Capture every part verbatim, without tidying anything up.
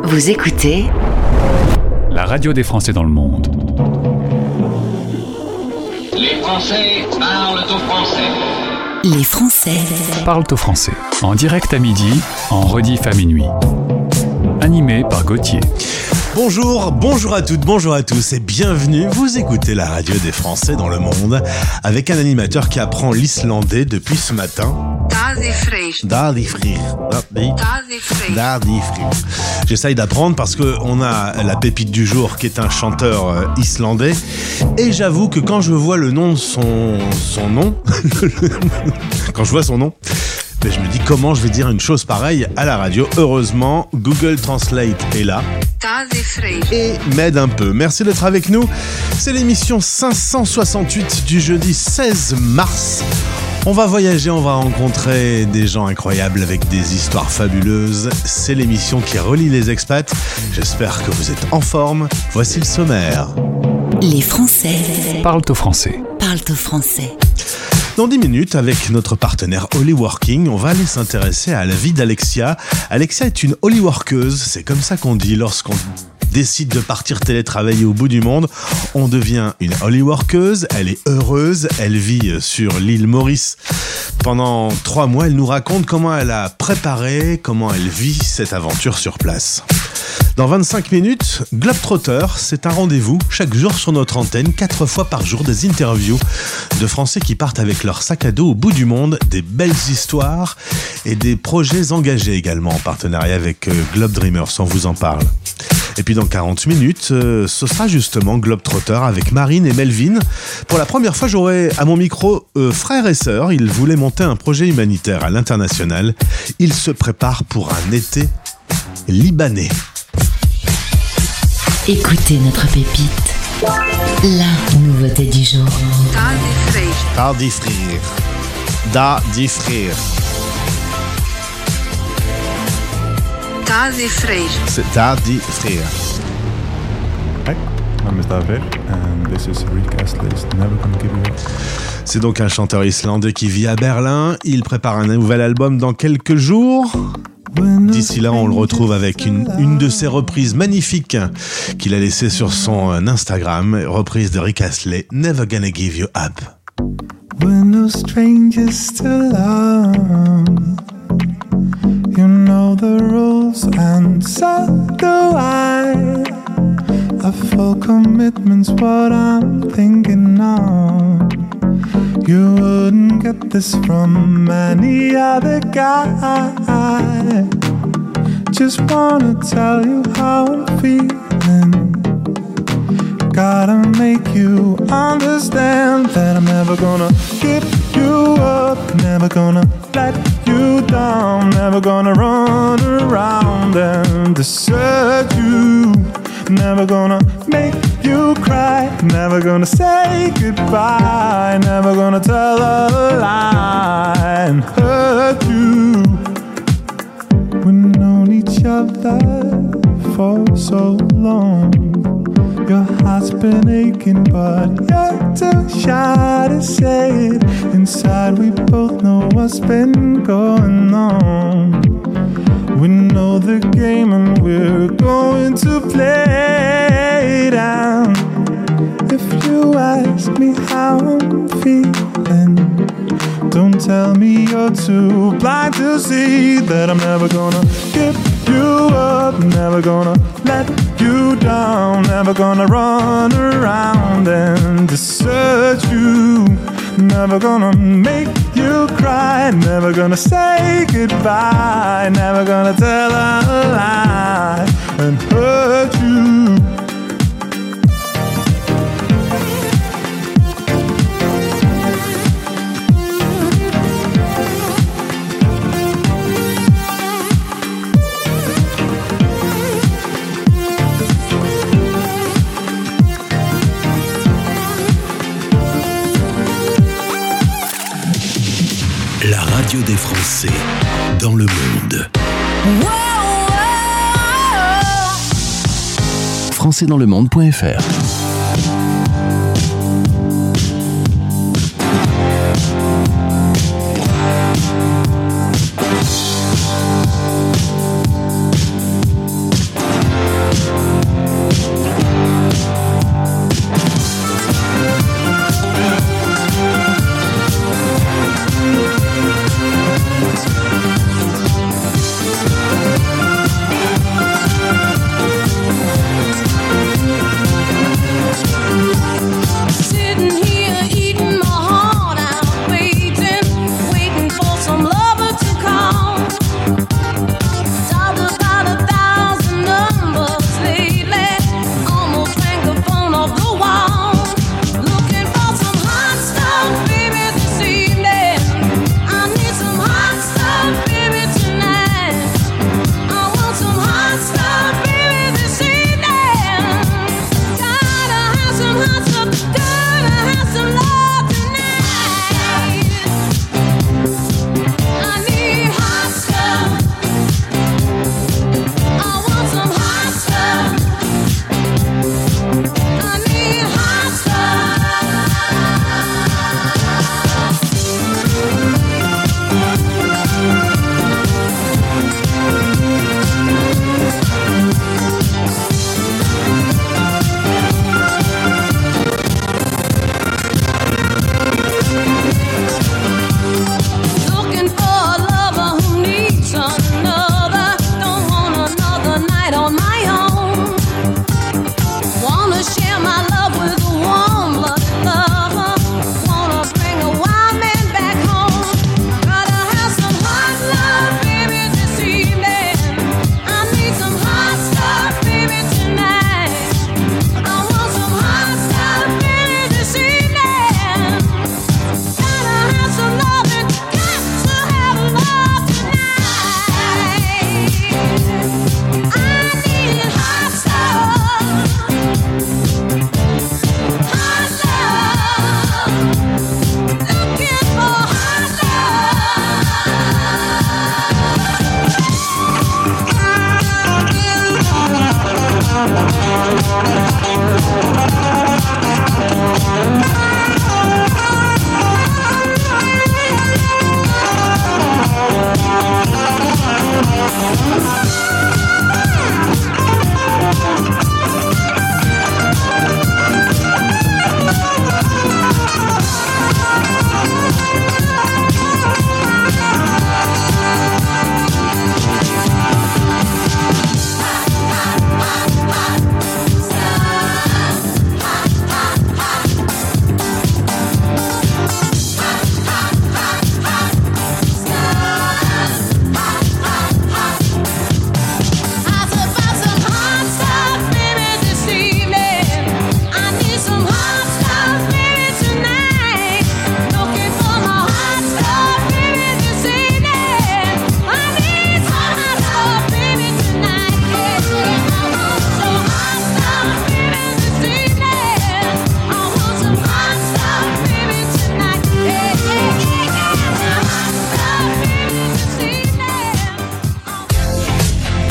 Vous écoutez la radio des Français dans le monde. Les Français parlent au français. Les Français parlent au français. En direct à midi, en rediff à minuit. Animé par Gauthier. Bonjour, bonjour à toutes, bonjour à tous et bienvenue. Vous écoutez la radio des Français dans le monde avec un animateur qui apprend l'islandais depuis ce matin. Daði Freyr. Daði Freyr. Daði Freyr. Daði Freyr. J'essaye d'apprendre parce qu'on a la pépite du jour qui est un chanteur islandais. Et j'avoue que quand je vois le nom de son, son nom, quand je vois son nom, ben je me dis comment je vais dire une chose pareille à la radio. Heureusement, Google Translate est là et m'aide un peu. Merci d'être avec nous. C'est l'émission cinq cent soixante-huit du jeudi seize mars. On va voyager, on va rencontrer des gens incroyables avec des histoires fabuleuses. C'est l'émission qui relie les expats. J'espère que vous êtes en forme. Voici le sommaire. Les Français parlent au français. Parlent au français. Dans dix minutes, avec notre partenaire Hollyworking, on va aller s'intéresser à la vie d'Alexia. Alexia est une Hollyworkeuse, c'est comme ça qu'on dit lorsqu'on décide de partir télétravailler au bout du monde. On devient une Hollyworkeuse, elle est heureuse, elle vit sur l'île Maurice. Pendant trois mois, elle nous raconte comment elle a préparé, comment elle vit cette aventure sur place. Dans vingt-cinq minutes, Globetrotter, c'est un rendez-vous chaque jour sur notre antenne, quatre fois par jour, des interviews de Français qui partent avec leur sac à dos au bout du monde, des belles histoires et des projets engagés également en partenariat avec Globe Dreamers, on vous en parle. Et puis dans quarante minutes, euh, ce sera justement Globetrotter avec Marine et Melvin. Pour la première fois, j'aurai à mon micro euh, frères et sœurs. Ils voulaient monter un projet humanitaire à l'international. Ils se préparent pour un été libanais. Écoutez notre pépite, la nouveauté du jour. Daði Freyr. Daði Freyr. Daði Freyr. Daði Freyr. C'est Daði Freyr. Hi, I'm Daði Freyr and this is Rick Astley's Never Gonna Give You Up. C'est donc un chanteur islandais qui vit à Berlin. Il prépare un nouvel album dans quelques jours. D'ici là, on le retrouve avec une, une de ses reprises magnifiques qu'il a laissées sur son Instagram, reprise de Rick Astley, Never Gonna Give You Up. When no strangers still are, you know the rules and so do I. A full commitment's what I'm thinking of. You wouldn't get this from any other guy. Just wanna tell you how I'm feeling. Gotta make you understand that I'm never gonna give you up, never gonna let you down, never gonna run around and desert you, never gonna make you cry, never gonna say goodbye, never gonna tell a lie and hurt you. We've known each other for so long. Your heart's been aching, but you're too shy to say it. Inside we both know what's been going on. We know the game and we're going to play it out. If you ask me how I'm feeling, don't tell me you're too blind to see that I'm never gonna give you up, never gonna let you down, never gonna run around and desert you, never gonna make you cry, never gonna say goodbye, never gonna tell a lie and hurt you. La radio des Français dans le monde. français dans le monde point f r.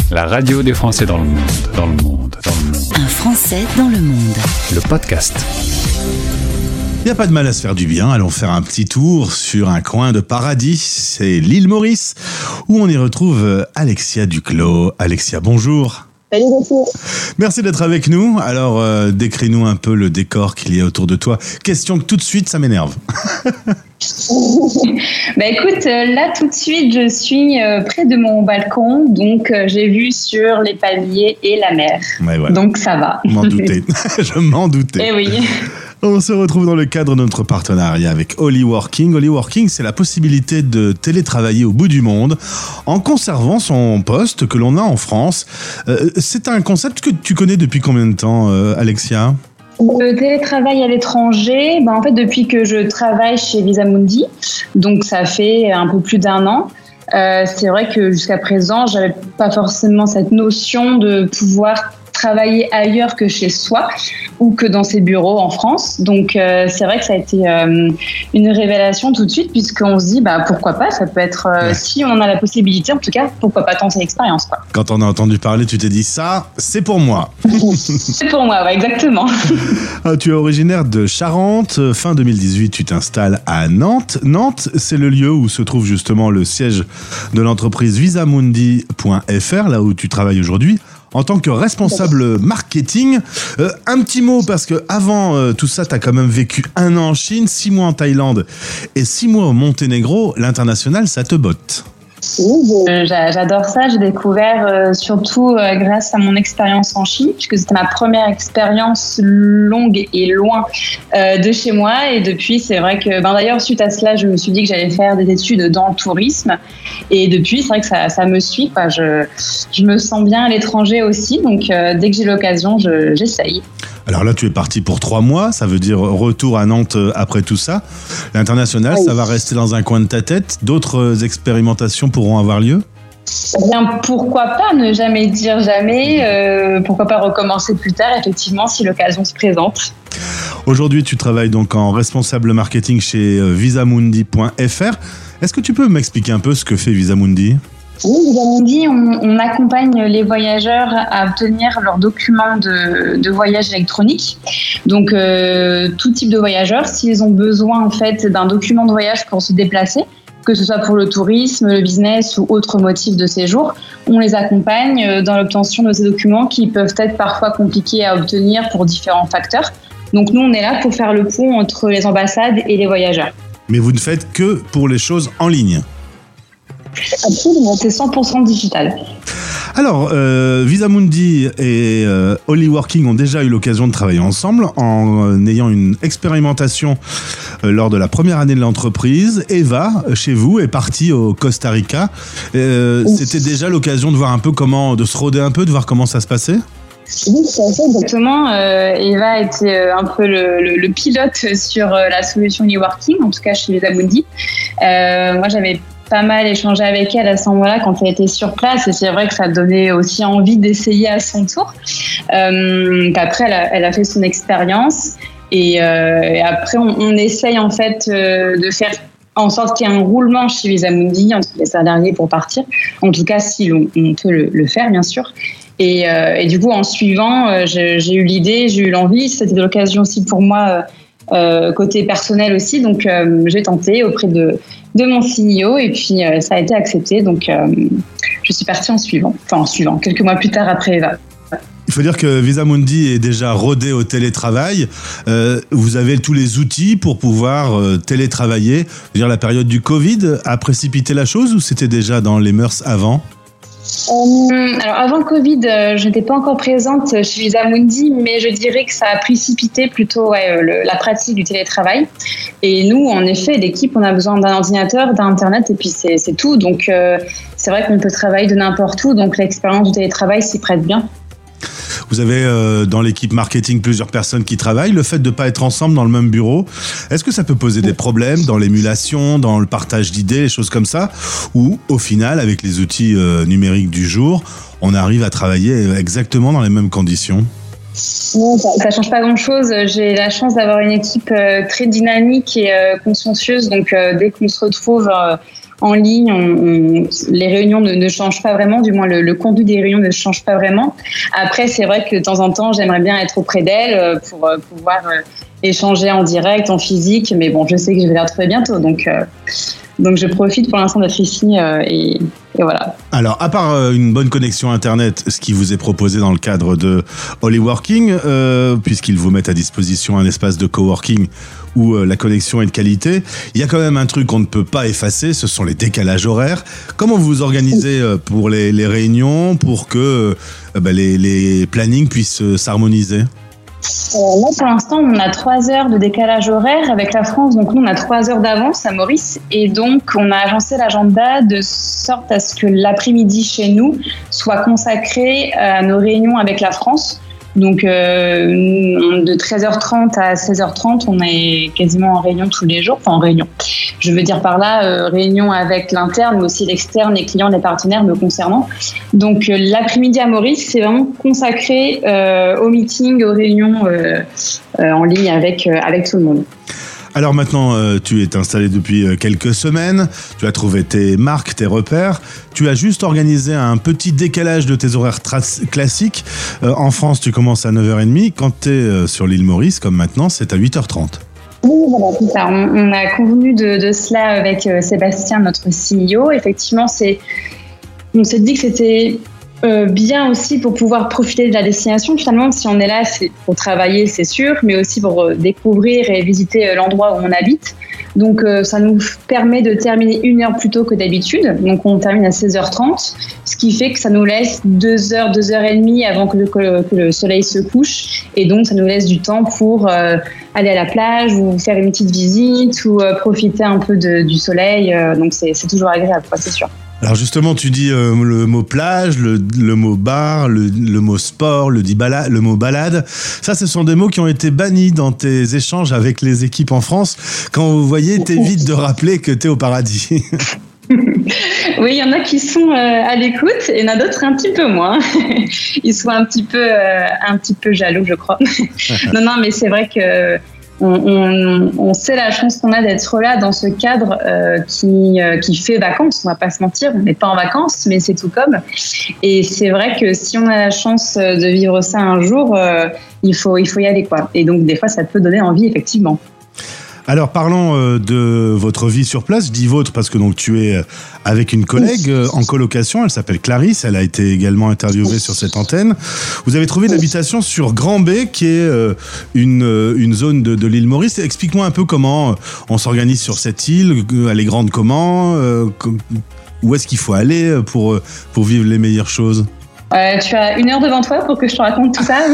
La radio des Français dans le monde, dans le monde, dans le monde. Un Français dans le monde. Le podcast. Il n'y a pas de mal à se faire du bien, allons faire un petit tour sur un coin de paradis, c'est l'île Maurice, où on y retrouve Alexia Duclos. Alexia, bonjour. Salut Gauthier. Merci d'être avec nous. Alors, euh, décris-nous un peu le décor qu'il y a autour de toi. Question que tout de suite, ça m'énerve. Bah écoute, euh, là tout de suite, je suis euh, près de mon balcon, donc euh, j'ai vu sur les palmiers et la mer. Ouais, voilà. Donc ça va. Je m'en doutais. Je m'en doutais. Eh oui. On se retrouve dans le cadre de notre partenariat avec Hollyworking. Hollyworking, c'est la possibilité de télétravailler au bout du monde en conservant son poste que l'on a en France. Euh, c'est un concept que tu connais depuis combien de temps, euh, Alexia ? Le télétravail à l'étranger, bah en fait depuis que je travaille chez Visamundi, donc ça fait un peu plus d'un an. Euh, c'est vrai que jusqu'à présent, j'avais pas forcément cette notion de pouvoir travailler ailleurs que chez soi ou que dans ses bureaux en France. Donc euh, c'est vrai que ça a été euh, une révélation tout de suite, puisqu'on se dit bah pourquoi pas, ça peut être euh, ouais. Si on en a la possibilité, en tout cas pourquoi pas tenter l'expérience quoi. Quand on a entendu parler, tu t'es dit ça, c'est pour moi. C'est pour moi, ouais, exactement. Ah, tu es originaire de Charente. Fin deux mille dix-huit, tu t'installes à Nantes. Nantes, c'est le lieu où se trouve justement le siège de l'entreprise Visamundi point F R, là où tu travailles aujourd'hui. En tant que responsable marketing, euh, un petit mot parce que avant euh, tout ça, tu as quand même vécu un an en Chine, six mois en Thaïlande et six mois au Monténégro. L'international, ça te botte. Oui, j'adore ça. J'ai découvert euh, surtout euh, grâce à mon expérience en Chine, puisque c'était ma première expérience longue et loin euh, de chez moi. Et depuis, c'est vrai que, ben d'ailleurs, suite à cela, je me suis dit que j'allais faire des études dans le tourisme. Et depuis, c'est vrai que ça, ça me suit, quoi. Je, je me sens bien à l'étranger aussi. Donc, euh, dès que j'ai l'occasion, je, j'essaye. Alors là, tu es parti pour trois mois, ça veut dire retour à Nantes après tout ça. L'international, oui. Ça va rester dans un coin de ta tête. D'autres expérimentations pourront avoir lieu ? Bien, pourquoi pas ne jamais dire jamais. Euh, pourquoi pas recommencer plus tard, effectivement, si l'occasion se présente. Aujourd'hui, tu travailles donc en responsable marketing chez Visamundi point F R. Est-ce que tu peux m'expliquer un peu ce que fait Visamundi ? Oui, Visamundi, on, on accompagne les voyageurs à obtenir leurs documents de, de voyage électronique. Donc, euh, tout type de voyageurs, s'ils ont besoin en fait d'un document de voyage pour se déplacer, que ce soit pour le tourisme, le business ou autre motif de séjour, on les accompagne dans l'obtention de ces documents qui peuvent être parfois compliqués à obtenir pour différents facteurs. Donc, nous, on est là pour faire le pont entre les ambassades et les voyageurs. Mais vous ne faites que pour les choses en ligne ? Absolument, c'est cent pour cent digital. Alors, euh, Visamundi et euh, Hollyworking ont déjà eu l'occasion de travailler ensemble en euh, ayant une expérimentation euh, lors de la première année de l'entreprise. Eva, chez vous, est partie au Costa Rica. Euh, oui. C'était déjà l'occasion de voir un peu comment, de se rôder un peu, de voir comment ça se passait ? Oui, c'est ça, exactement. Euh, Eva était un peu le, le, le pilote sur la solution Hollyworking, en tout cas chez Visamundi. Euh, moi, j'avais pas mal échangé avec elle à ce moment-là quand elle était sur place, et c'est vrai que ça donnait aussi envie d'essayer à son tour. Euh, après, elle a, elle a fait son expérience et, euh, et après, on, on essaye en fait euh, de faire en sorte qu'il y ait un roulement chez Visamundi entre les salariés pour partir. En tout cas, si on, on peut le, le faire, bien sûr. Et, euh, et du coup, en suivant, euh, j'ai, j'ai eu l'idée, j'ai eu l'envie. C'était l'occasion aussi pour moi. Euh, Euh, côté personnel aussi, donc euh, j'ai tenté auprès de, de mon C E O et puis euh, ça a été accepté, donc euh, je suis partie en suivant, enfin en suivant, quelques mois plus tard après Eva. Il faut dire que Visamundi est déjà rodé au télétravail. Euh, vous avez tous les outils pour pouvoir euh, télétravailler. Je veux dire, la période du Covid a précipité la chose ou c'était déjà dans les mœurs avant ? Euh, alors avant le Covid, euh, je n'étais pas encore présente chez Visamundi, mais je dirais que ça a précipité plutôt ouais, le, la pratique du télétravail. Et nous, en effet, l'équipe, on a besoin d'un ordinateur, d'internet, et puis c'est, c'est tout. Donc euh, c'est vrai qu'on peut travailler de n'importe où, donc l'expérience du télétravail s'y prête bien. Vous avez euh, dans l'équipe marketing plusieurs personnes qui travaillent. Le fait de ne pas être ensemble dans le même bureau, est-ce que ça peut poser des problèmes dans l'émulation, dans le partage d'idées, les choses comme ça ? Ou au final, avec les outils euh, numériques du jour, on arrive à travailler exactement dans les mêmes conditions ? Non, ça ne change pas grand-chose. J'ai la chance d'avoir une équipe euh, très dynamique et euh, consciencieuse. Donc, euh, dès qu'on se retrouve, euh, en ligne, on, on, les réunions ne, ne changent pas vraiment, du moins le, le contenu des réunions ne change pas vraiment. Après, c'est vrai que de temps en temps, j'aimerais bien être auprès d'elle pour euh, pouvoir euh, échanger en direct, en physique, mais bon, je sais que je vais la retrouver bientôt, donc, euh, donc je profite pour l'instant d'être ici euh, et, et voilà. Alors, à part euh, une bonne connexion Internet, ce qui vous est proposé dans le cadre de Holyworking, euh, puisqu'ils vous mettent à disposition un espace de coworking où euh, la connexion est de qualité, il y a quand même un truc qu'on ne peut pas effacer, ce sont les décalages horaires. Comment vous vous organisez euh, pour les, les réunions, pour que euh, bah, les, les plannings puissent euh, s'harmoniser ? Euh, là, pour l'instant, on a trois heures de décalage horaire avec la France. Donc, nous, on a trois heures d'avance à Maurice. Et donc, on a agencé l'agenda de sorte à ce que l'après-midi chez nous soit consacré à nos réunions avec la France. Donc, euh, de treize heures trente à seize heures trente, on est quasiment en réunion tous les jours. Enfin, en réunion. Je veux dire par là, euh, réunion avec l'interne, mais aussi l'externe, les clients, les partenaires me concernant. Donc, euh, l'après-midi à Maurice, c'est vraiment consacré euh, aux meetings, aux réunions euh, euh, en ligne avec, euh, avec tout le monde. Alors maintenant, euh, tu es installé depuis euh, quelques semaines, tu as trouvé tes marques, tes repères, tu as juste organisé un petit décalage de tes horaires tra- classiques. Euh, en France, tu commences à neuf heures trente, quand tu es euh, sur l'île Maurice, comme maintenant, c'est à huit heures trente. Oui, voilà, c'est ça. On, on a convenu de, de cela avec euh, Sébastien, notre C E O. Effectivement, c'est, on s'est dit que c'était Euh, bien aussi pour pouvoir profiter de la destination. Finalement, si on est là, c'est pour travailler, c'est sûr, mais aussi pour euh, découvrir et visiter euh, l'endroit où on habite. Donc, euh, ça nous permet de terminer une heure plus tôt que d'habitude. Donc, on termine à seize heures trente, ce qui fait que ça nous laisse deux heures, deux heures et demie avant que le, que, que le soleil se couche. Et donc, ça nous laisse du temps pour euh, aller à la plage ou faire une petite visite ou euh, profiter un peu de, du soleil. Euh, donc, c'est, c'est toujours agréable, quoi, c'est sûr. Alors justement, tu dis euh, le mot plage, le, le mot bar, le, le mot sport, le, dit bala, le mot balade. Ça, ce sont des mots qui ont été bannis dans tes échanges avec les équipes en France. Quand vous voyez, t'évites de rappeler que t'es au paradis. Oui, il y en a qui sont euh, à l'écoute et il y en a d'autres un petit peu moins. Ils sont un petit peu, euh, un petit peu jaloux, je crois. Non, non, mais c'est vrai que On, on, on sait la chance qu'on a d'être là dans ce cadre euh, qui, euh, qui fait vacances, on va pas se mentir, on n'est pas en vacances, mais c'est tout comme. Et c'est vrai que si on a la chance de vivre ça un jour, euh, il faut, il faut y aller, quoi. Et donc des fois, ça peut donner envie, effectivement. Alors parlons euh, de votre vie sur place. Je dis votre parce que donc tu es avec une collègue euh, en colocation. Elle s'appelle Clarisse. Elle a été également interviewée sur cette antenne. Vous avez trouvé une habitation sur Grand Bay, qui est euh, une une zone de, de l'île Maurice. Explique-moi un peu comment on s'organise sur cette île. Elle est grande comment euh, Où est-ce qu'il faut aller pour pour vivre les meilleures choses? Euh, tu as une heure devant toi pour que je te raconte tout ça.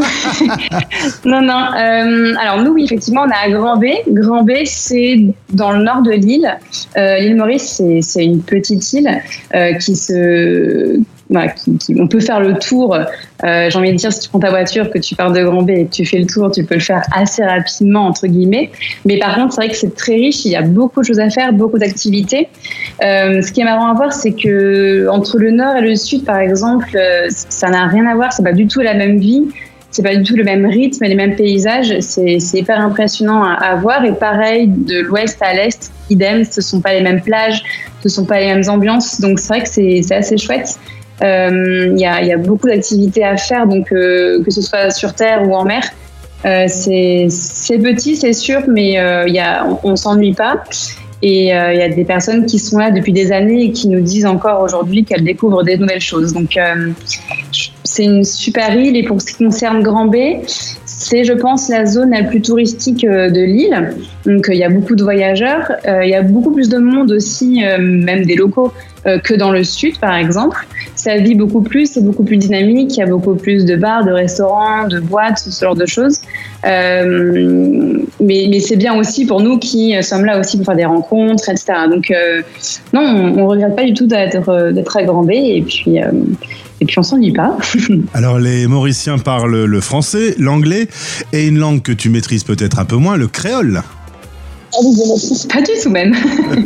Non, non. Euh, alors nous, oui, effectivement, on est à Grand Bay. Grand Bay, c'est dans le nord de l'île. Euh, l'île Maurice, c'est, c'est une petite île euh, qui se... Voilà, qui, qui, on peut faire le tour. Euh, j'ai envie de dire, si tu prends ta voiture, que tu pars de Grand Bay et que tu fais le tour, tu peux le faire assez rapidement, entre guillemets. Mais par contre, c'est vrai que c'est très riche. Il y a beaucoup de choses à faire, beaucoup d'activités. Euh, ce qui est marrant à voir, c'est que entre le nord et le sud, par exemple, euh, ça n'a rien à voir. C'est pas du tout la même vie. C'est pas du tout le même rythme et les mêmes paysages. C'est, c'est hyper impressionnant à, à voir. Et pareil, de l'ouest à l'est, idem. Ce sont pas les mêmes plages, ce sont pas les mêmes ambiances. Donc c'est vrai que c'est, c'est assez chouette. Il euh, y, a, y a beaucoup d'activités à faire, donc euh, que ce soit sur terre ou en mer. Euh, c'est, c'est petit, c'est sûr, mais euh, y a, on, on s'ennuie pas. Et il euh, y a des personnes qui sont là depuis des années et qui nous disent encore aujourd'hui qu'elles découvrent des nouvelles choses. Donc euh, c'est une super île. Et pour ce qui concerne Grand Bay, c'est, je pense, la zone la plus touristique de l'île. Donc il y a beaucoup de voyageurs. Il euh, y a beaucoup plus de monde aussi, euh, même des locaux, euh, que dans le sud, par exemple. Ça vit beaucoup plus, c'est beaucoup plus dynamique. Il y a beaucoup plus de bars, de restaurants, de boîtes, ce genre de choses. Euh, mais, mais c'est bien aussi pour nous qui sommes là aussi pour faire des rencontres, et cetera. Donc euh, non, on ne regrette pas du tout d'être, d'être à Grand Bay. Et puis... Euh, Et puis on s'ennuie pas. Alors les Mauriciens parlent le français, l'anglais et une langue que tu maîtrises peut-être un peu moins, le créole. Pas du tout même.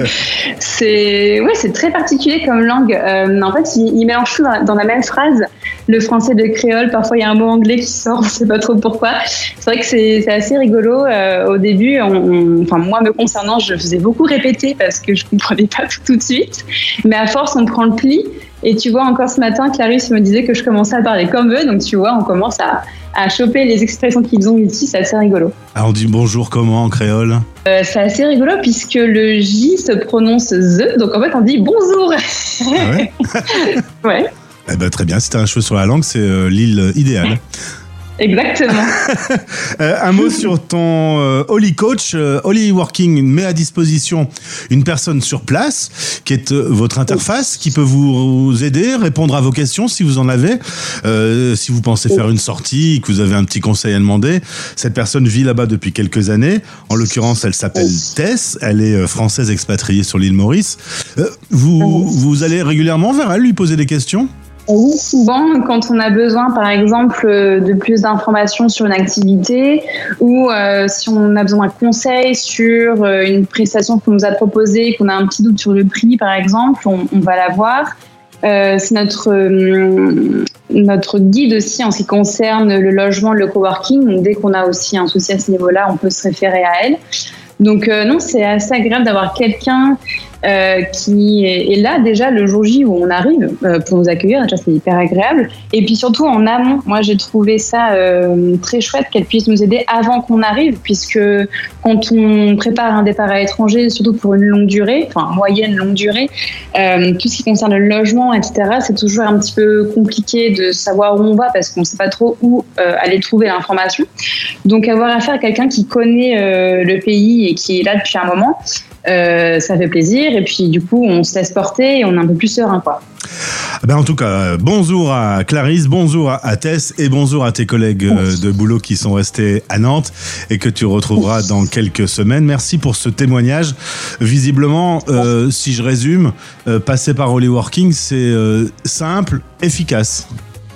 c'est ouais, c'est très particulier comme langue. Euh, en fait, il, il mélange tout dans, dans la même phrase. Le français, le créole. Parfois, il y a un mot anglais qui sort. On ne sait pas trop pourquoi. C'est vrai que c'est, c'est assez rigolo. Euh, au début, on, on, enfin moi me concernant, je faisais beaucoup répéter parce que je comprenais pas tout tout de suite. Mais à force, on prend le pli. Et tu vois, encore ce matin, Clarisse me disait que je commençais à parler comme eux. Donc tu vois, on commence à à choper les expressions qu'ils ont ici, c'est assez rigolo. Alors on dit bonjour comment en créole? euh, C'est assez rigolo puisque le J se prononce Z, donc en fait on dit bonjour. Ah ouais. Ouais. Eh ben, très bien, si t'as un cheveu sur la langue, c'est euh, l'île idéale. Exactement. euh, un mot sur ton euh, Holy Coach. Euh, Holy Working met à disposition une personne sur place qui est euh, votre interface, qui peut vous aider, répondre à vos questions si vous en avez. Euh, si vous pensez faire une sortie, que vous avez un petit conseil à demander. Cette personne vit là-bas depuis quelques années. En l'occurrence, elle s'appelle Tess. Elle est française expatriée sur l'île Maurice. Euh, vous, vous allez régulièrement vers elle, lui poser des questions? Oui, souvent, quand on a besoin, par exemple, de plus d'informations sur une activité ou euh, si on a besoin d'un conseil sur une prestation qu'on nous a proposée, qu'on a un petit doute sur le prix, par exemple, on, on va la voir. Euh, c'est notre, euh, notre guide aussi en ce qui concerne le logement, le coworking. Donc, dès qu'on a aussi un souci à ce niveau-là, on peut se référer à elle. Donc euh, non, c'est assez agréable d'avoir quelqu'un euh, qui est, est là déjà le jour J où on arrive euh, pour nous accueillir. Déjà, c'est hyper agréable. Et puis surtout en amont, moi j'ai trouvé ça euh, très chouette qu'elle puisse nous aider avant qu'on arrive, puisque quand on prépare un départ à l'étranger, surtout pour une longue durée, enfin moyenne longue durée, euh, tout ce qui concerne le logement, et cetera, c'est toujours un petit peu compliqué de savoir où on va parce qu'on ne sait pas trop où euh, aller trouver l'information. Donc avoir affaire à quelqu'un qui connaît euh, le pays et qui est là depuis un moment, euh, ça fait plaisir. Et puis du coup, on se laisse porter et on est un peu plus serein, quoi. Ben en tout cas, bonjour à Clarisse, bonjour à Tess et bonjour à tes collègues de boulot qui sont restés à Nantes et que tu retrouveras dans quelques semaines. Merci pour ce témoignage. Visiblement, euh, si je résume, euh, passer par Holy Working, c'est euh, simple, efficace.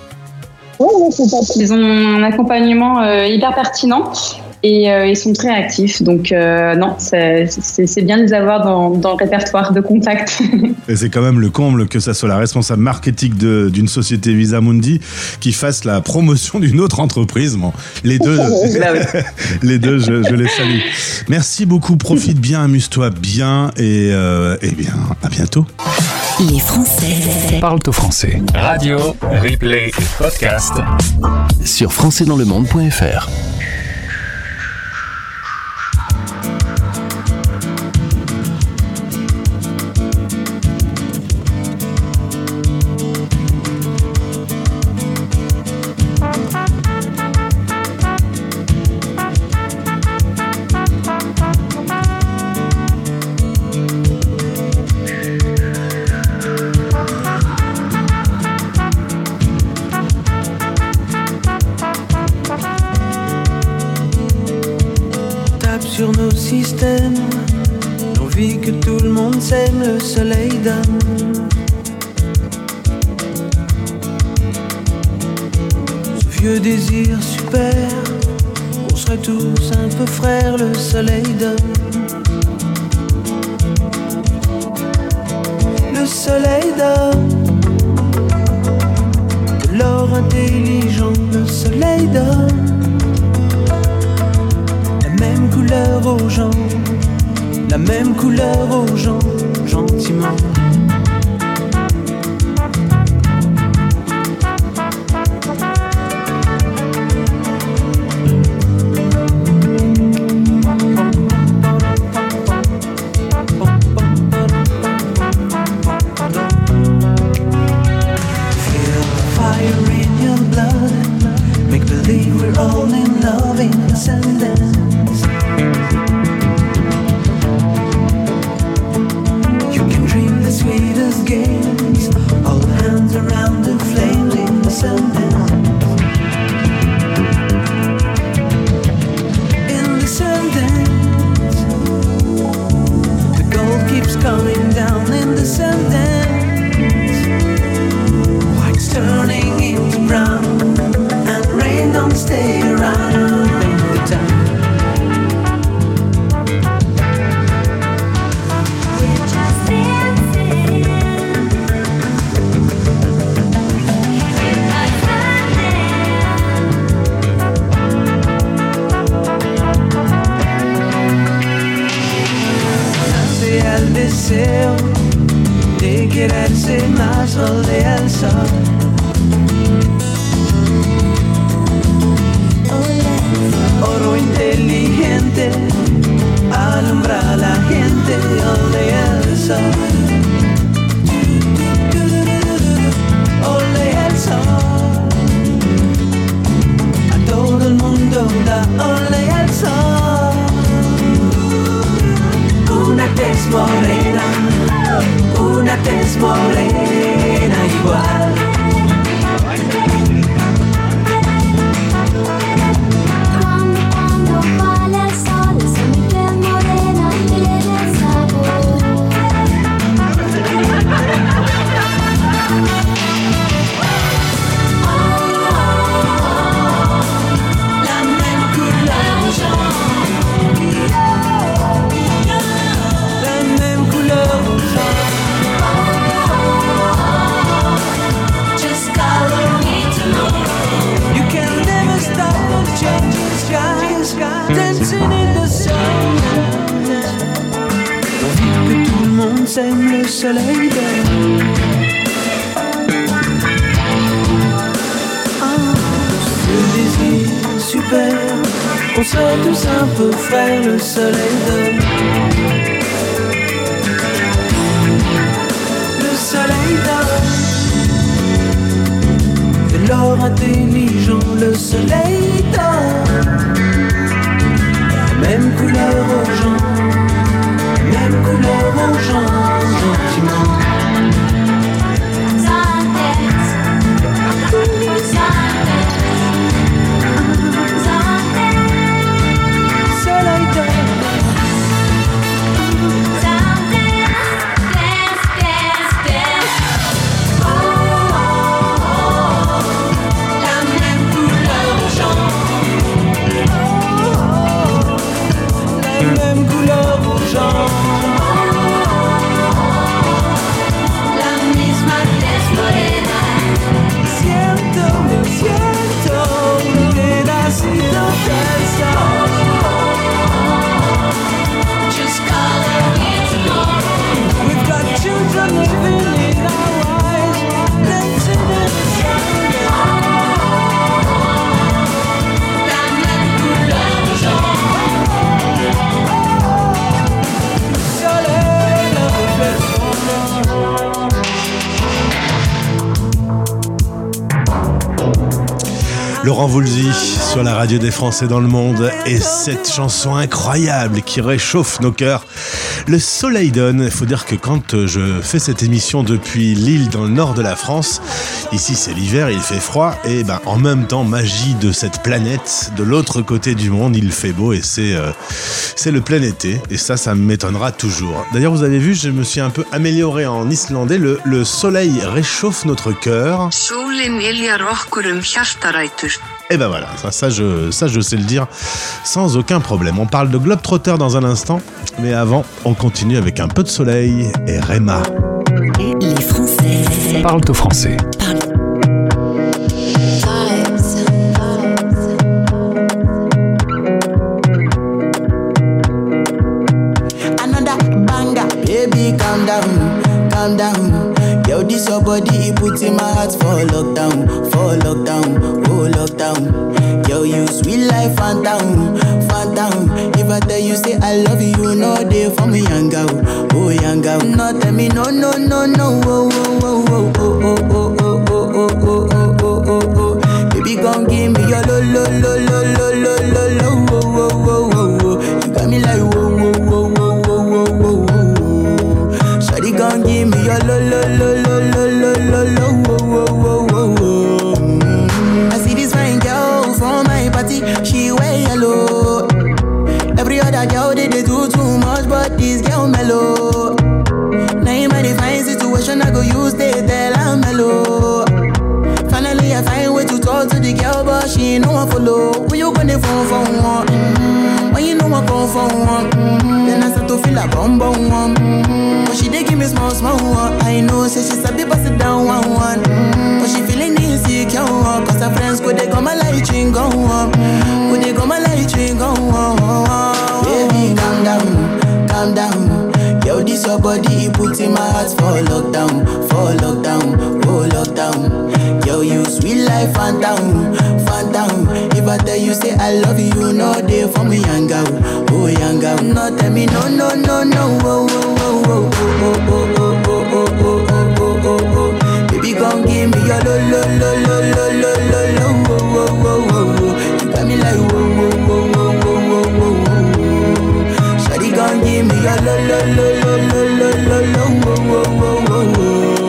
Ils ont un accompagnement euh, hyper pertinent. Et euh, ils sont très actifs, donc euh, non, c'est, c'est, c'est bien de les avoir dans, dans le répertoire de contact. Et c'est quand même le comble que ça soit la responsable marketing de, d'une société Visa Mundi qui fasse la promotion d'une autre entreprise. Bon, les deux, les deux, je, je les salue. Merci beaucoup, profite bien, amuse-toi bien et, euh, et bien, à bientôt. Les Français parlent au français. Radio, replay et podcast sur français dans le monde point f r. Sur nos systèmes, l'envie que tout le monde s'aime, le soleil donne. Ce vieux désir super, on serait tous un peu frères, le soleil donne. Le soleil donne de l'or intelligent, le soleil donne même couleur aux gens, la même couleur aux gens, gentiment. Feel the fire in your blood, make believe we're all in love in the sentence. Sweetest games, all hands around the flames in the sundance. In the sundance, the gold keeps coming down in the sundance. White's turning into brown, and rain don't stay around in the town. sol. Oro inteligente alumbra a la gente, ole el sol. Ole el sol. A todo el mundo da ole el sol. Una tez morena, una tez morena igual. Sème le soleil d'or. Ah, ce désir super, on serait tous un peu frères, le soleil d'or. Le soleil d'or. De l'or intelligent, le soleil d'or. Même couleur argent. Même couleur aux gens, gentiment. Soleil d'or. La même couleur aux gens. La même couleur aux gens. Laurent Voulzy sur la radio des Français dans le monde et cette chanson incroyable qui réchauffe nos cœurs. Le soleil donne. Il faut dire que quand je fais cette émission depuis Lille dans le nord de la France, ici c'est l'hiver, il fait froid et ben en même temps magie de cette planète. De l'autre côté du monde, il fait beau et c'est euh, c'est le plein été et ça, ça m'étonnera toujours. D'ailleurs, vous avez vu, je me suis un peu amélioré en islandais. Le, le soleil réchauffe notre cœur. Et ben voilà, ça, ça, je, ça je sais le dire sans aucun problème. On parle de Globetrotter dans un instant, mais avant, on continue avec un peu de soleil et Rema. Les Français parlent au français. Parle. Another banger, baby, calm down, calm down. Yo, this your body, it puts in my heart for lockdown, for lockdown, oh lockdown. Yo, you sweet life, phantom, phantom. If I tell you say I love you, no day for me, young girl, oh young girl. No tell me no, no, no, no, oh, oh, oh, oh, oh, oh, oh, oh, oh, oh, oh, oh, oh, oh. Baby, gon' give me your lo, lo, lo, lo, lo, lo, lo, lo, oh, oh, oh, oh, oh. You got me like whoa, whoa, whoa, whoa, whoa, whoa, whoa. Shawty gon' give me your lo, lo, lo, lo, lo, lo, lo, lo, oh, oh, oh, oh, oh. I see this fine girl from my party, she wear yellow. Every other girl they, they do too much, but this girl mellow. Now in my divine situation, I go use they tell I'm mellow. Finally I find way to talk to the girl, but she ain't no one follow. Who you gonna phone for one? Mm-hmm. When you know I come for one, mm-hmm. Then I start to feel a bum bum one. Mm-hmm. But she dey give me small small one. I know say she sabi pass it down one one. Mm-hmm. But she feeling insecure, cause her friends go they come my light ring go on. Go they come my light ring go on. Baby calm down, calm down. Yo, this your body, it puts in my heart for lockdown, for lockdown, oh lockdown. Yo, you sweet life, phantom, phantom. If I tell you say I love you, you know they for me young girl, oh young girl. No tell me no no no no, oh oh oh oh oh oh oh oh oh oh oh oh oh. Baby, gon' give me your lo lo lo lo lo lo lo lo, oh oh oh oh oh. You got me like oh oh oh oh oh oh oh oh. Shawty gon' give me your lo lo lo lo lo lo lo lo, oh oh oh oh oh.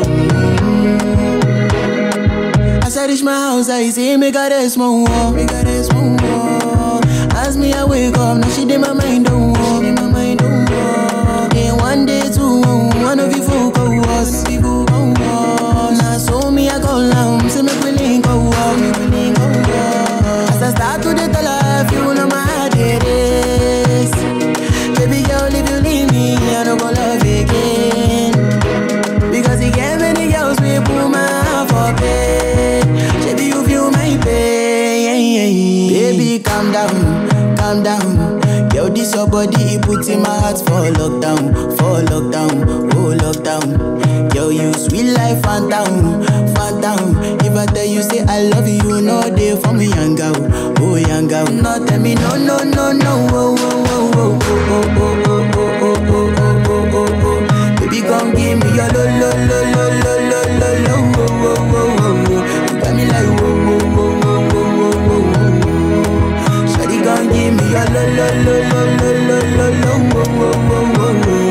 As I reach my house, I see me got a small wall, me got a small wall. As me I wake up, now she did my mind don't walk, in my mind don't walk. And one day two, one of you folk go was, people go was. Now so me I go down, say me we link go walk, me we link go walk. As I start to the tell her, you know my heart it is. Baby girl, if you leave me, I don't go love again. Because you get many girls, we put my heart for bed. Baby, you feel my pain. Baby, calm down, calm down. Yo, this your body, it puts in my heart for lockdown, for lockdown, oh lockdown. Yo, you sweet life, phantom, phantom. If I tell you say I love you, you know they for me young girl, oh young girl. No tell me no no no no, oh oh oh oh oh oh oh oh oh oh oh oh. Baby, come give me your lo lo lo lo lo lo lo lo, oh oh oh oh. You got me like oh oh oh oh oh oh oh. Shawty gon' give me your lo lo lo lo lo lo lo lo, oh oh oh oh oh.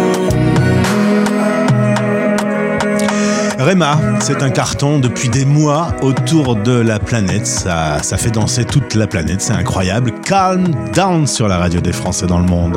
Rema, c'est un carton depuis des mois autour de la planète. Ça, ça fait danser toute la planète, c'est incroyable. Calm Down sur la radio des Français dans le monde.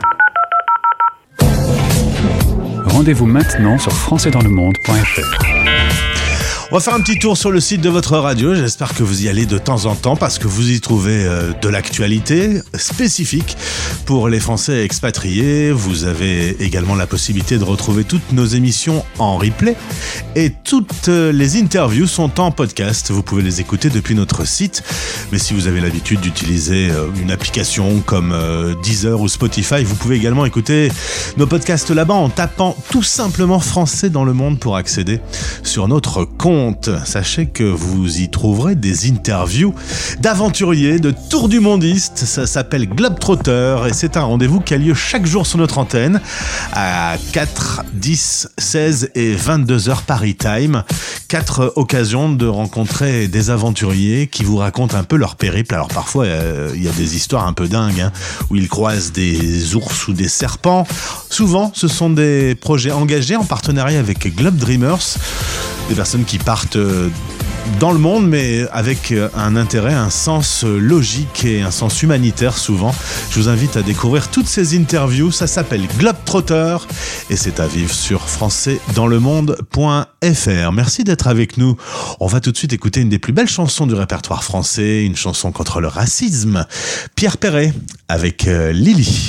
Rendez-vous maintenant sur français dans le monde point f r. On va faire un petit tour sur le site de votre radio. J'espère que vous y allez de temps en temps parce que vous y trouvez euh, de l'actualité spécifique pour les Français expatriés. Vous avez également la possibilité de retrouver toutes nos émissions en replay et toutes les interviews sont en podcast. Vous pouvez les écouter depuis notre site. Mais si vous avez l'habitude d'utiliser euh, une application comme euh, Deezer ou Spotify, vous pouvez également écouter nos podcasts là-bas en tapant tout simplement Français dans le monde pour accéder sur notre compte. Sachez que vous y trouverez des interviews d'aventuriers, de tour du mondiste. Ça s'appelle Globetrotter et c'est un rendez-vous qui a lieu chaque jour sur notre antenne à quatre, dix, seize et vingt-deux heures Paris Time. Quatre occasions de rencontrer des aventuriers qui vous racontent un peu leur périple. Alors parfois, euh, il y a des histoires un peu dingues hein, où ils croisent des ours ou des serpents. Souvent, ce sont des projets engagés en partenariat avec Globe Dreamers. Des personnes qui partent dans le monde, mais avec un intérêt, un sens logique et un sens humanitaire souvent. Je vous invite à découvrir toutes ces interviews. Ça s'appelle Globetrotter et c'est à vivre sur français dans le monde point f r. Merci d'être avec nous. On va tout de suite écouter une des plus belles chansons du répertoire français, une chanson contre le racisme. Pierre Perret avec euh, Lily.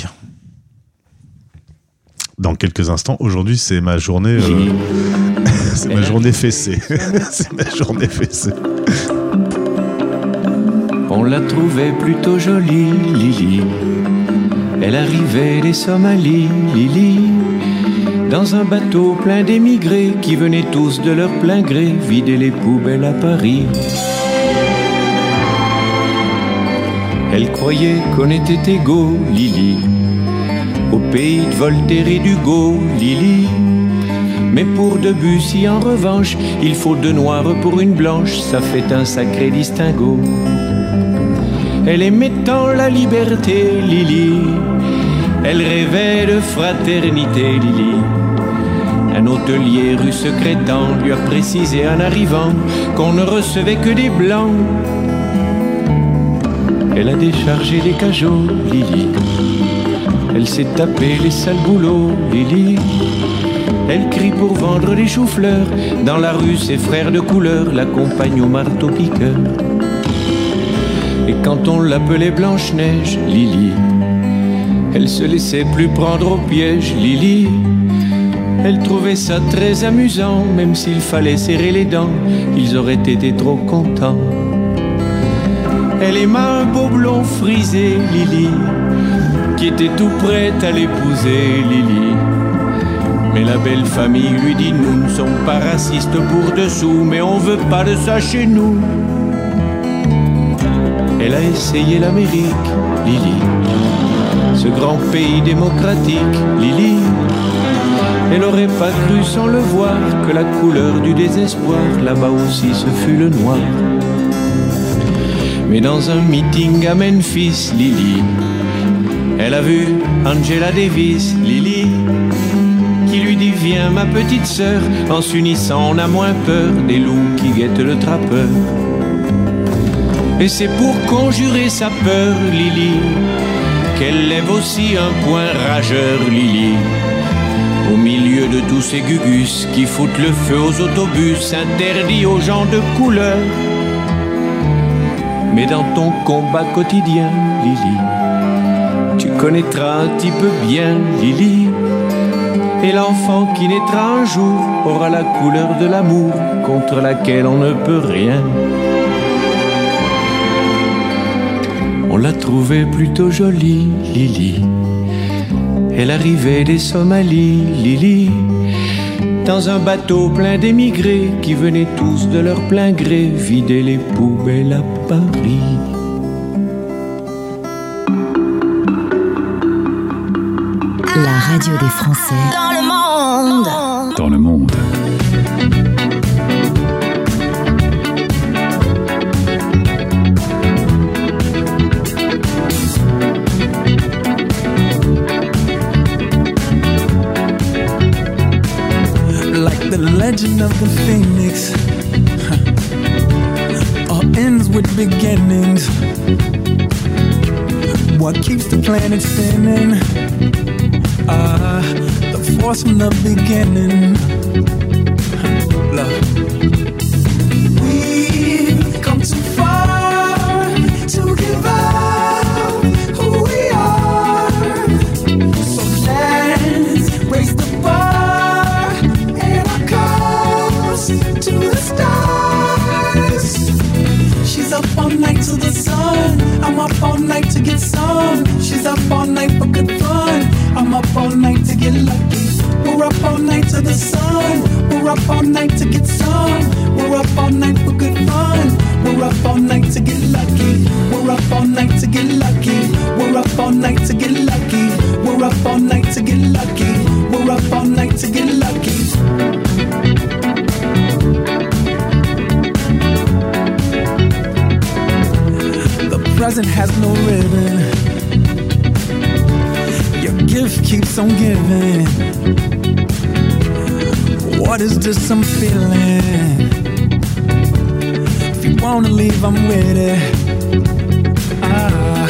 Dans quelques instants, aujourd'hui c'est ma journée... Euh... C'est ma journée fessée. C'est ma journée fessée. On la trouvait plutôt jolie, Lily. Elle arrivait des Somalies, Lily. Dans un bateau plein d'émigrés qui venaient tous de leur plein gré vider les poubelles à Paris. Elle croyait qu'on était égaux, Lily. Au pays de Voltaire et d'Hugo, Lily. Mais pour Debussy, en revanche, il faut deux noirs pour une blanche, ça fait un sacré distinguo. Elle aimait tant la liberté, Lily. Elle rêvait de fraternité, Lily. Un hôtelier rue Secrétan lui a précisé en arrivant qu'on ne recevait que des blancs. Elle a déchargé les cajots, Lily. Elle s'est tapé les sales boulots, Lily. Elle crie pour vendre des choux-fleurs. Dans la rue, ses frères de couleur l'accompagnent au marteau-piqueur. Et quand on l'appelait Blanche-Neige, Lily, elle se laissait plus prendre au piège, Lily. Elle trouvait ça très amusant, même s'il fallait serrer les dents, ils auraient été trop contents. Elle aima un beau blond frisé, Lily, qui était tout prête à l'épouser, Lily. Mais la belle famille lui dit nous ne sommes pas racistes pour dessous, mais on veut pas de ça chez nous. Elle a essayé l'Amérique, Lily, ce grand pays démocratique, Lily. Elle aurait pas cru sans le voir que la couleur du désespoir là-bas aussi ce fut le noir. Mais dans un meeting à Memphis, Lily, elle a vu Angela Davis, Lily, qui lui dit viens ma petite sœur, en s'unissant on a moins peur des loups qui guettent le trappeur. Et c'est pour conjurer sa peur, Lily, qu'elle lève aussi un poing rageur, Lily. Au milieu de tous ces gugus qui foutent le feu aux autobus, interdits aux gens de couleur. Mais dans ton combat quotidien, Lily, tu connaîtras un petit peu bien, Lily. Et l'enfant qui naîtra un jour aura la couleur de l'amour contre laquelle on ne peut rien. On l'a trouvée plutôt jolie, Lily. Elle arrivait des Somalies, Lily, dans un bateau plein d'émigrés qui venaient tous de leur plein gré vider les poubelles à Paris. La radio des Français dans le monde. Dans le monde. Like the legend of the phoenix, huh. All ends with beginnings. What keeps the planet spinning? Ah, uh, the force from the beginning. Huh. Love. We've come too far to give up who we are. So let's raise the bar and our cups to the stars. She's up all night to the sun. I'm up all night to get some. She's up all night for good fun. I'm up all night to get lucky. We're up all night to the sun. We're up all night to get some. We're up all night for good fun. We're up all night to get lucky. We're up all night to get lucky. We're up all night to get lucky. We're up all night to get lucky. We're up all night to get lucky. The present has no ribbon. Your gift keeps on giving. What is this I'm feeling? If you wanna leave, I'm with it. Ah.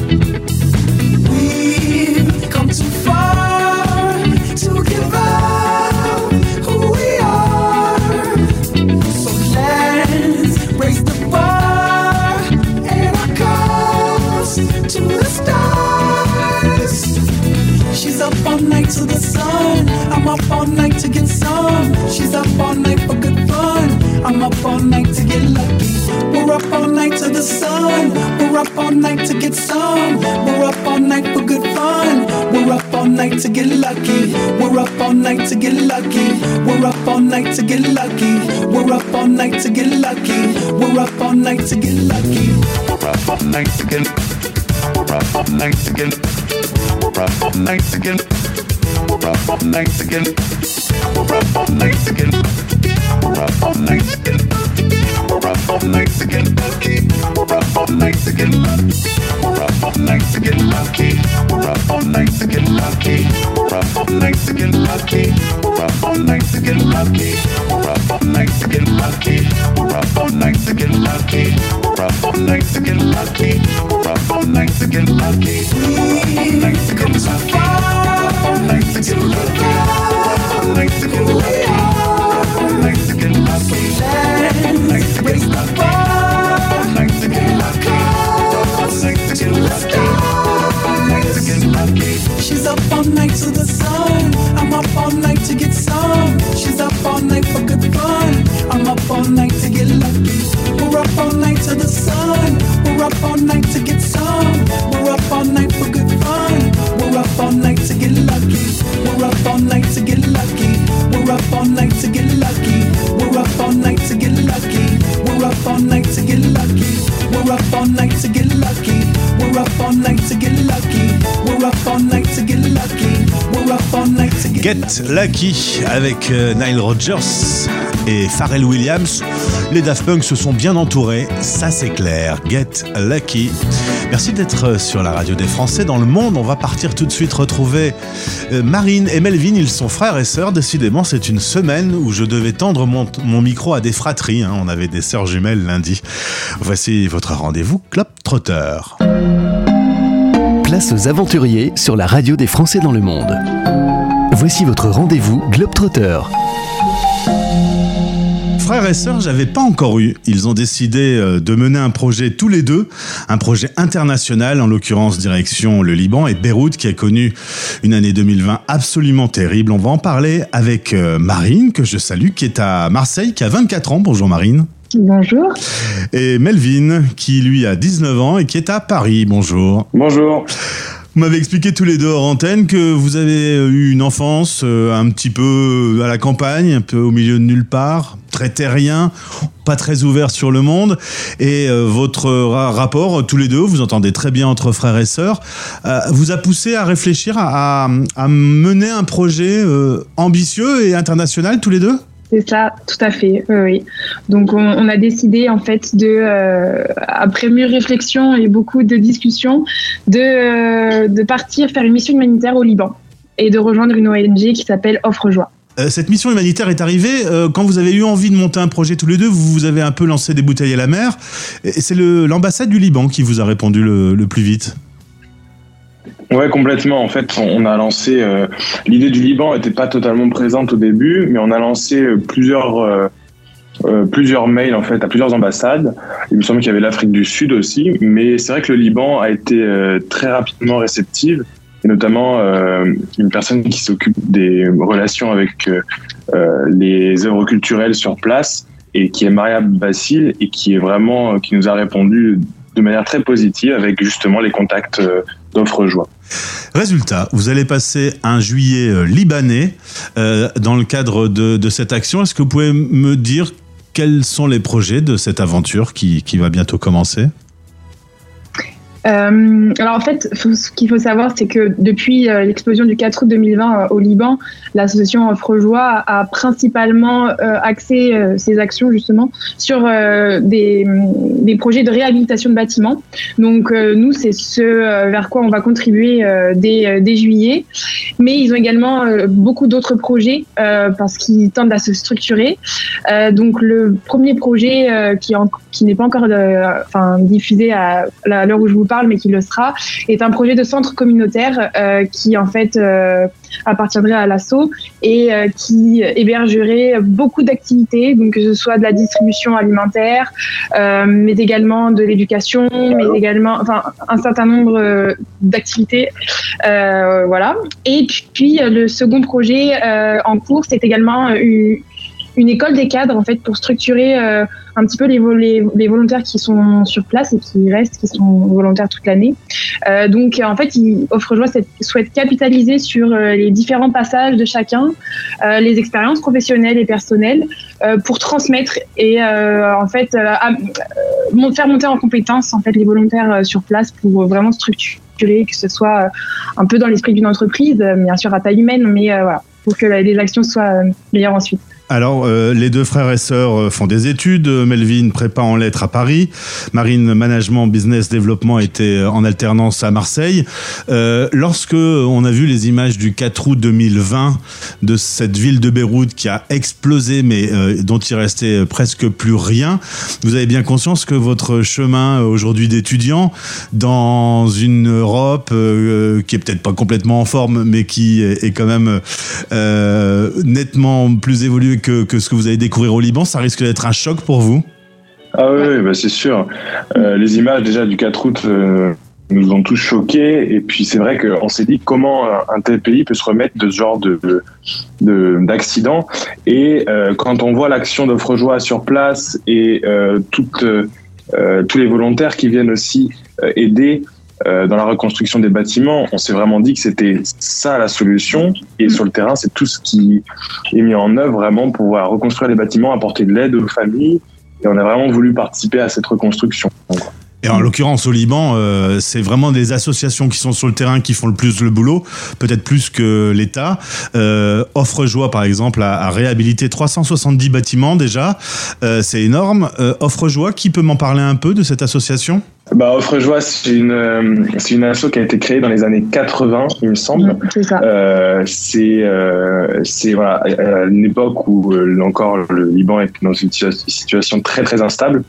We've come too far to give up who we are. So let's raise the bar and our cups to the stars. She's up all night to the sun. I'm up all night to get some. She's up all night for good fun. I'm up all night to get lucky. We're up all night to the sun. We're up all night to get some. We're up all night for good fun. We're up all night to get lucky. We're up all night to get lucky. We're up all night to get lucky. We're up all night to get lucky. We're up all night to get lucky. We're up all night to get. We're up all night to get. We're up all night to get. We're up all night to get. We're up all night to get. We're up all night to get. We're up all night to get lucky. We're up all night to get lucky. We're up all night to get lucky. We're up all night to get lucky. We're up all night to get lucky. We're up all night to get lucky. We're up all night to get lucky. We're up all night to get lucky. We're up all night to get lucky. We're up all night to get lucky. We're up all night to get lucky. We're up all night to get lucky. We're up all night to get lucky. We're up all night to get lucky. We're up all night to get lucky. We're up all night to get lucky. We're up all night to get lucky. We're up all night to get lucky. She's up all night to the sun. I'm up all night to get some. She's up all night for good fun. I'm up all night to get lucky. We're up all night to the sun. We're up all night to get some. We're up all night for good fun. We're up all night to get lucky. We're up all night to get lucky. all night to get lucky. We're up all night to get lucky. We're up all night to get lucky. We're up all night to get Get Lucky avec euh, Nile Rodgers et Pharrell Williams. Les Daft Punk se sont bien entourés, ça c'est clair. Get Lucky. Merci d'être sur la radio des Français dans le monde. On va partir tout de suite retrouver euh, Marine et Melvin. Ils sont frères et sœurs. Décidément, c'est une semaine où je devais tendre mon, mon micro à des fratries. Hein. On avait des sœurs jumelles lundi. Voici votre rendez-vous Globetrotter. Place aux aventuriers sur la radio des Français dans le monde. Voici votre rendez-vous Globetrotter. Frères et sœurs, j'avais pas encore eu. Ils ont décidé de mener un projet tous les deux, un projet international, en l'occurrence direction le Liban et Beyrouth, qui a connu une année deux mille vingt absolument terrible. On va en parler avec Marine, que je salue, qui est à Marseille, qui a vingt-quatre ans. Bonjour Marine. Bonjour. Et Melvin, qui lui a dix-neuf ans et qui est à Paris. Bonjour. Bonjour. Vous m'avez expliqué tous les deux hors antenne que vous avez eu une enfance un petit peu à la campagne, un peu au milieu de nulle part, très terrien, pas très ouvert sur le monde. Et votre rapport, tous les deux, vous entendez très bien entre frères et sœurs, vous a poussé à réfléchir à, à, à mener un projet ambitieux et international tous les deux ? C'est ça, tout à fait, oui, oui. Donc on, on a décidé en fait de, euh, après mûre réflexion et beaucoup de discussions, de, euh, de partir faire une mission humanitaire au Liban et de rejoindre une O N G qui s'appelle Offre Joie. Euh, cette mission humanitaire est arrivée euh, quand vous avez eu envie de monter un projet tous les deux, vous, vous avez un peu lancé des bouteilles à la mer, et c'est le, l'ambassade du Liban qui vous a répondu le, le plus vite. Ouais, complètement. En fait, on a lancé. Euh, l'idée du Liban n'était pas totalement présente au début, mais on a lancé plusieurs euh, euh, plusieurs mails en fait à plusieurs ambassades. Il me semble qu'il y avait l'Afrique du Sud aussi, mais c'est vrai que le Liban a été euh, très rapidement réceptive, et notamment euh, une personne qui s'occupe des relations avec euh, les œuvres culturelles sur place et qui est Maria Bassil et qui est vraiment qui nous a répondu de manière très positive avec justement les contacts euh, d'Offre Joie. Résultat, vous allez passer un juillet euh, libanais euh, dans le cadre de, de cette action. Est-ce que vous pouvez me dire quels sont les projets de cette aventure qui, qui va bientôt commencer ? Euh, alors en fait, faut, ce qu'il faut savoir, c'est que depuis euh, l'explosion du quatre août deux mille vingt euh, au Liban, l'association Offre Joie a, a principalement euh, axé euh, ses actions justement sur euh, des, des projets de réhabilitation de bâtiments. Donc euh, nous, c'est ce euh, vers quoi on va contribuer euh, dès, dès juillet. Mais ils ont également euh, beaucoup d'autres projets euh, parce qu'ils tendent à se structurer. Euh, donc le premier projet euh, qui, en, qui n'est pas encore de, enfin, diffusé à, à l'heure où je vous parle, mais qui le sera, est un projet de centre communautaire euh, qui en fait euh, appartiendrait à l'Asso et euh, qui hébergerait beaucoup d'activités, donc que ce soit de la distribution alimentaire, euh, mais également de l'éducation, mais également, enfin, un certain nombre euh, d'activités, euh, voilà. Et puis le second projet euh, en cours, c'est également une une école des cadres en fait pour structurer euh, un petit peu les, les, les volontaires qui sont sur place et qui restent, qui sont volontaires toute l'année. Euh, donc en fait, il Offre Joie souhaite capitaliser sur euh, les différents passages de chacun, euh, les expériences professionnelles et personnelles euh, pour transmettre et euh, en fait euh, à, euh, faire monter en compétence en fait les volontaires euh, sur place pour euh, vraiment structurer, que ce soit euh, un peu dans l'esprit d'une entreprise, euh, bien sûr à taille humaine, mais euh, voilà, pour que les actions soient euh, meilleures ensuite. Alors, euh, les deux frères et sœurs font des études. Melvin, prépa en lettres à Paris. Marine, management, business, développement, était en alternance à Marseille. Euh, lorsque on a vu les images du quatre août deux mille vingt de cette ville de Beyrouth qui a explosé, mais euh, dont il restait presque plus rien, vous avez bien conscience que votre chemin aujourd'hui d'étudiant dans une Europe euh, qui est peut-être pas complètement en forme, mais qui est quand même euh, nettement plus évoluée Que, que ce que vous allez découvrir au Liban, ça risque d'être un choc pour vous ? Ah oui, oui bah c'est sûr. Euh, les images déjà du quatre août euh, nous ont tous choqués. Et puis c'est vrai qu'on s'est dit comment un tel pays peut se remettre de ce genre de, de, d'accident. Et euh, quand on voit l'action d'Offre Joie sur place et euh, toutes, euh, tous les volontaires qui viennent aussi euh, aider Euh, dans la reconstruction des bâtiments, on s'est vraiment dit que c'était ça la solution. Et sur le terrain, c'est tout ce qui est mis en œuvre vraiment pour pouvoir reconstruire les bâtiments, apporter de l'aide aux familles. Et on a vraiment voulu participer à cette reconstruction. Et en l'occurrence, au Liban, euh, c'est vraiment des associations qui sont sur le terrain qui font le plus le boulot, peut-être plus que l'État. Euh, Offre Joie, par exemple, a, a réhabilité trois cent soixante-dix bâtiments déjà. Euh, c'est énorme. Euh, Offre Joie, qui peut m'en parler un peu de cette association ? Bah, Offre Joie, c'est une, euh, c'est une asso qui a été créée dans les années quatre-vingts, il me semble. Mmh, c'est ça. Euh, c'est, euh, c'est voilà, à une époque où euh, encore le Liban est dans une situation très très instable.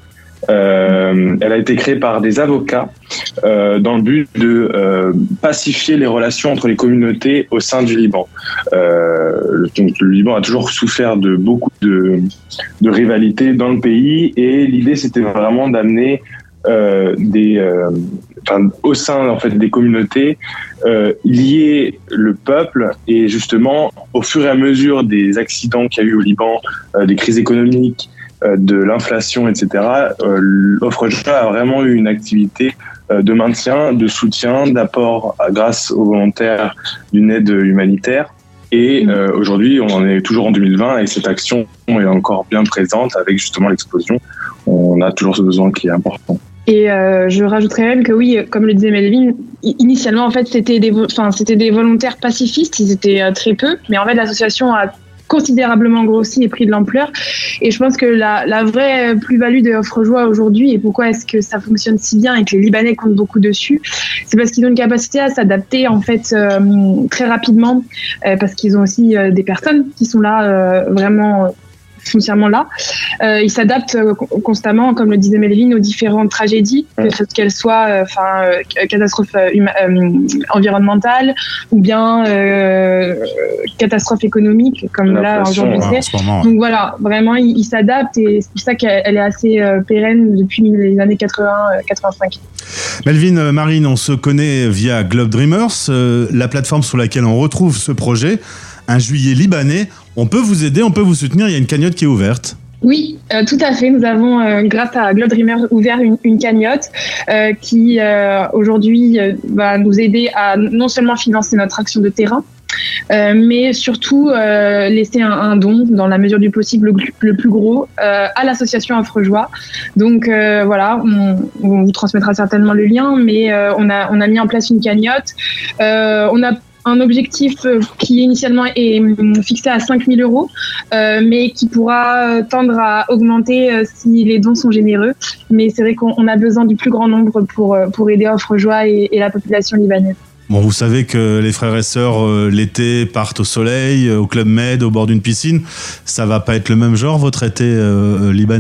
Euh, elle a été créée par des avocats euh, dans le but de euh, pacifier les relations entre les communautés au sein du Liban. Euh, le, donc, le Liban a toujours souffert de beaucoup de, de rivalités dans le pays et l'idée c'était vraiment d'amener euh, des, euh, enfin, au sein en fait des communautés euh, lier le peuple et justement au fur et à mesure des accidents qu'il y a eu au Liban, euh, des crises économiques, de l'inflation, et cetera, euh, l'Offre Joie a vraiment eu une activité euh, de maintien, de soutien, d'apport euh, grâce aux volontaires d'une aide humanitaire. Et euh, aujourd'hui, on en est toujours en deux mille vingt et cette action est encore bien présente avec justement l'explosion. On a toujours ce besoin qui est important. Et euh, je rajouterais même que oui, comme le disait Melvin, initialement en fait c'était des, enfin c'était des volontaires pacifistes, ils étaient euh, très peu, mais en fait l'association a considérablement grossi et pris de l'ampleur. Et je pense que la, la vraie plus-value de Offre Joie aujourd'hui et pourquoi est-ce que ça fonctionne si bien et que les Libanais comptent beaucoup dessus, c'est parce qu'ils ont une capacité à s'adapter en fait euh, très rapidement euh, parce qu'ils ont aussi euh, des personnes qui sont là euh, vraiment foncièrement là. Euh, ils s'adaptent euh, constamment, comme le disait Melvin, aux différentes tragédies, ouais. qu'elles soient enfin euh, catastrophes euh, euh, environnementales ou bien euh, catastrophes économiques, comme là aujourd'hui c'est. Moment, ouais. Donc voilà, vraiment ils, ils s'adaptent et c'est pour ça qu'elle est assez euh, pérenne depuis les années quatre-vingts quatre-vingt-cinq. Melvin, euh, Marine, on se connaît via Globe Dreamers, euh, la plateforme sur laquelle on retrouve ce projet. Un juillet libanais, on peut vous aider, on peut vous soutenir, il y a une cagnotte qui est ouverte. Oui, euh, tout à fait. Nous avons, euh, grâce à Globe Dreamers, ouvert une, une cagnotte euh, qui, euh, aujourd'hui, euh, va nous aider à non seulement financer notre action de terrain, euh, mais surtout euh, laisser un, un don, dans la mesure du possible, le, le plus gros, euh, à l'association Offre Joie. Donc euh, voilà, on, on vous transmettra certainement le lien, mais euh, on, a, on a mis en place une cagnotte. Euh, on a un objectif qui initialement est fixé à cinq mille euros, euh, mais qui pourra tendre à augmenter euh, si les dons sont généreux. Mais c'est vrai qu'on a besoin du plus grand nombre pour, pour aider Offre Joie et, et la population libanaise. Bon, vous savez que les frères et sœurs, euh, l'été, partent au soleil, au Club Med, au bord d'une piscine. Ça va pas être le même genre, votre été euh, libanais ?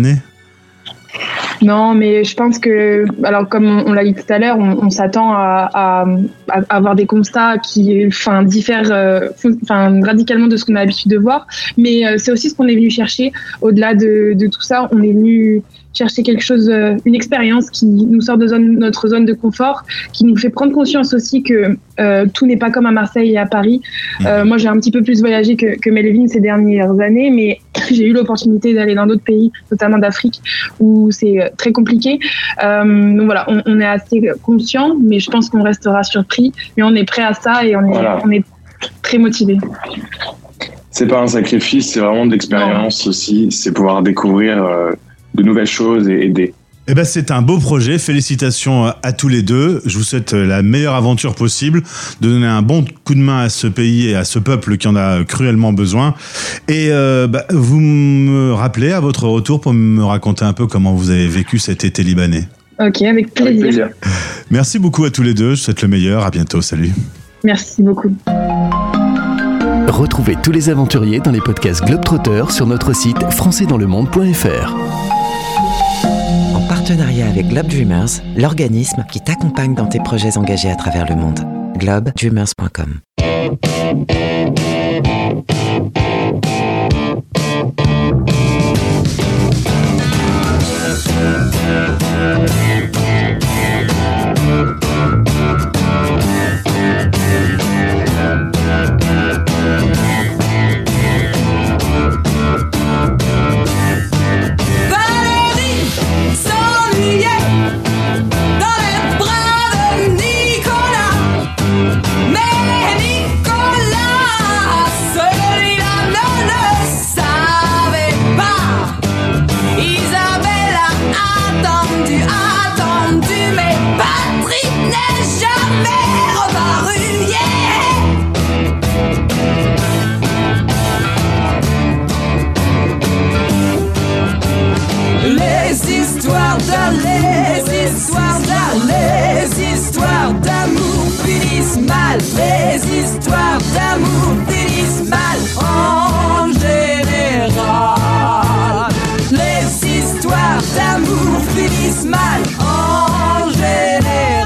Non, mais je pense que, alors comme on, on l'a dit tout à l'heure, on, on s'attend à, à, à avoir des constats qui, enfin, diffèrent, euh, enfin, radicalement de ce qu'on a l'habitude de voir. Mais euh, c'est aussi ce qu'on est venu chercher. Au-delà de, de tout ça, on est venu chercher quelque chose, euh, une expérience qui nous sort de zone, notre zone de confort, qui nous fait prendre conscience aussi que euh, tout n'est pas comme à Marseille et à Paris. Euh, moi, j'ai un petit peu plus voyagé que, que Melvin ces dernières années, mais j'ai eu l'opportunité d'aller dans d'autres pays, notamment d'Afrique, où c'est très compliqué. Euh, donc voilà, on, on est assez conscient, mais je pense qu'on restera surpris. Mais on est prêt à ça et on est, voilà. on est très motivé. C'est pas un sacrifice, c'est vraiment de l'expérience aussi. C'est pouvoir découvrir euh, de nouvelles choses et aider. Eh ben, c'est un beau projet. Félicitations à tous les deux. Je vous souhaite la meilleure aventure possible, de donner un bon coup de main à ce pays et à ce peuple qui en a cruellement besoin. Et euh, bah, vous me rappelez à votre retour pour me raconter un peu comment vous avez vécu cet été libanais. Ok, avec plaisir. Avec plaisir. Merci beaucoup à tous les deux. Je vous souhaite le meilleur. À bientôt. Salut. Merci beaucoup. Retrouvez tous les aventuriers dans les podcasts Globetrotter sur notre site français dans le monde point f r. En partenariat avec Globe Dreamers, l'organisme qui t'accompagne dans tes projets engagés à travers le monde. globe dreamers point com. Isabella attendu à mal. Les histoires d'amour finissent mal en général. Les histoires d'amour finissent mal en général.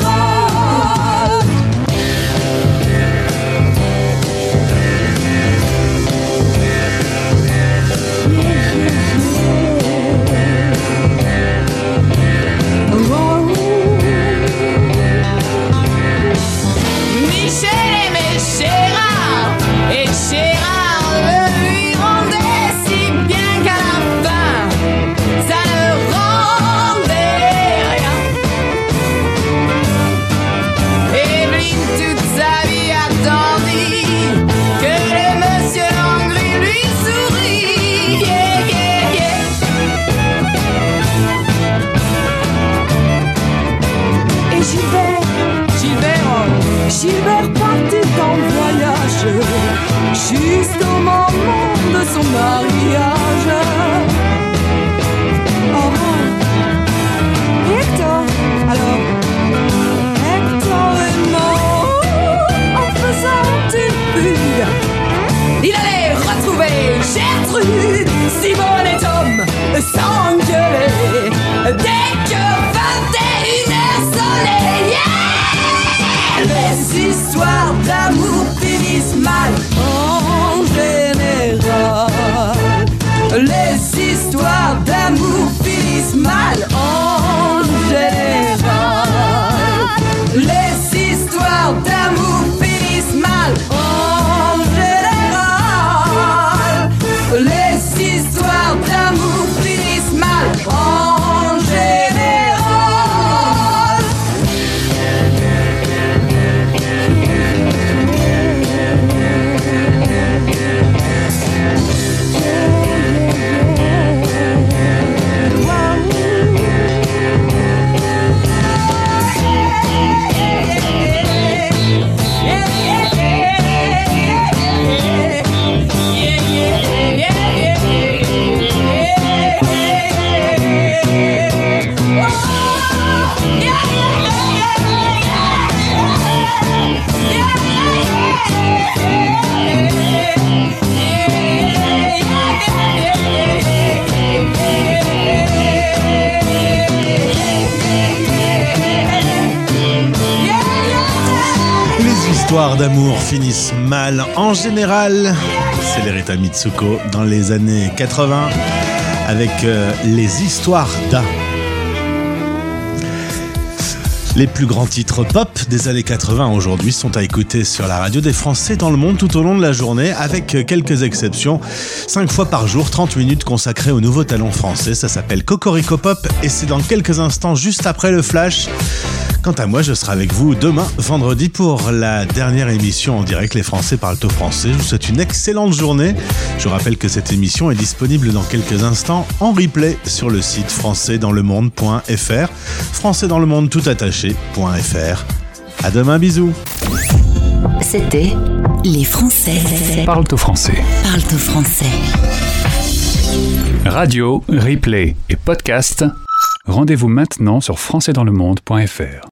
Et Gérard le lui rendait si bien qu'à la fin, ça ne rendait rien. Evelyne toute sa vie attendit que le monsieur Langry lui sourit. Yeah, yeah, yeah. Et Gilbert, Gilbert, oh, Gilbert partit en voyage juste au moment de son mariage. Oh bon. Et Hector, alors Hector est mort en faisant une fugue. Il allait retrouver Gertrude, Simone et Tom s'engueuler dès que vingt et une heures sonnaient. Yeah! Les histoires d'amour finissent mal en général. Les histoires d'amour finissent mal en général. Les histoires d'amour finissent mal en général. Les histoires d'amour finissent mal en général. Les histoires d'amour finissent mal en général. C'est l'Erita Mitsuko dans les années quatre-vingts avec euh, les histoires d'A. Les plus grands titres pop des années quatre-vingts aujourd'hui sont à écouter sur la radio des Français dans le monde tout au long de la journée, avec quelques exceptions. cinq fois par jour, trente minutes consacrées aux nouveaux talents français. Ça s'appelle Cocorico Pop et c'est dans quelques instants, juste après le flash. Quant à moi, je serai avec vous demain, vendredi, pour la dernière émission en direct Les Français parlent au français. Je vous souhaite une excellente journée. Je rappelle que cette émission est disponible dans quelques instants en replay sur le site français dans le monde point f r, français dans le monde tout attaché point f r. À demain, bisous. C'était Les Français Parle au français. parlent au français. Radio, replay et podcast. Rendez-vous maintenant sur français dans le monde point f r.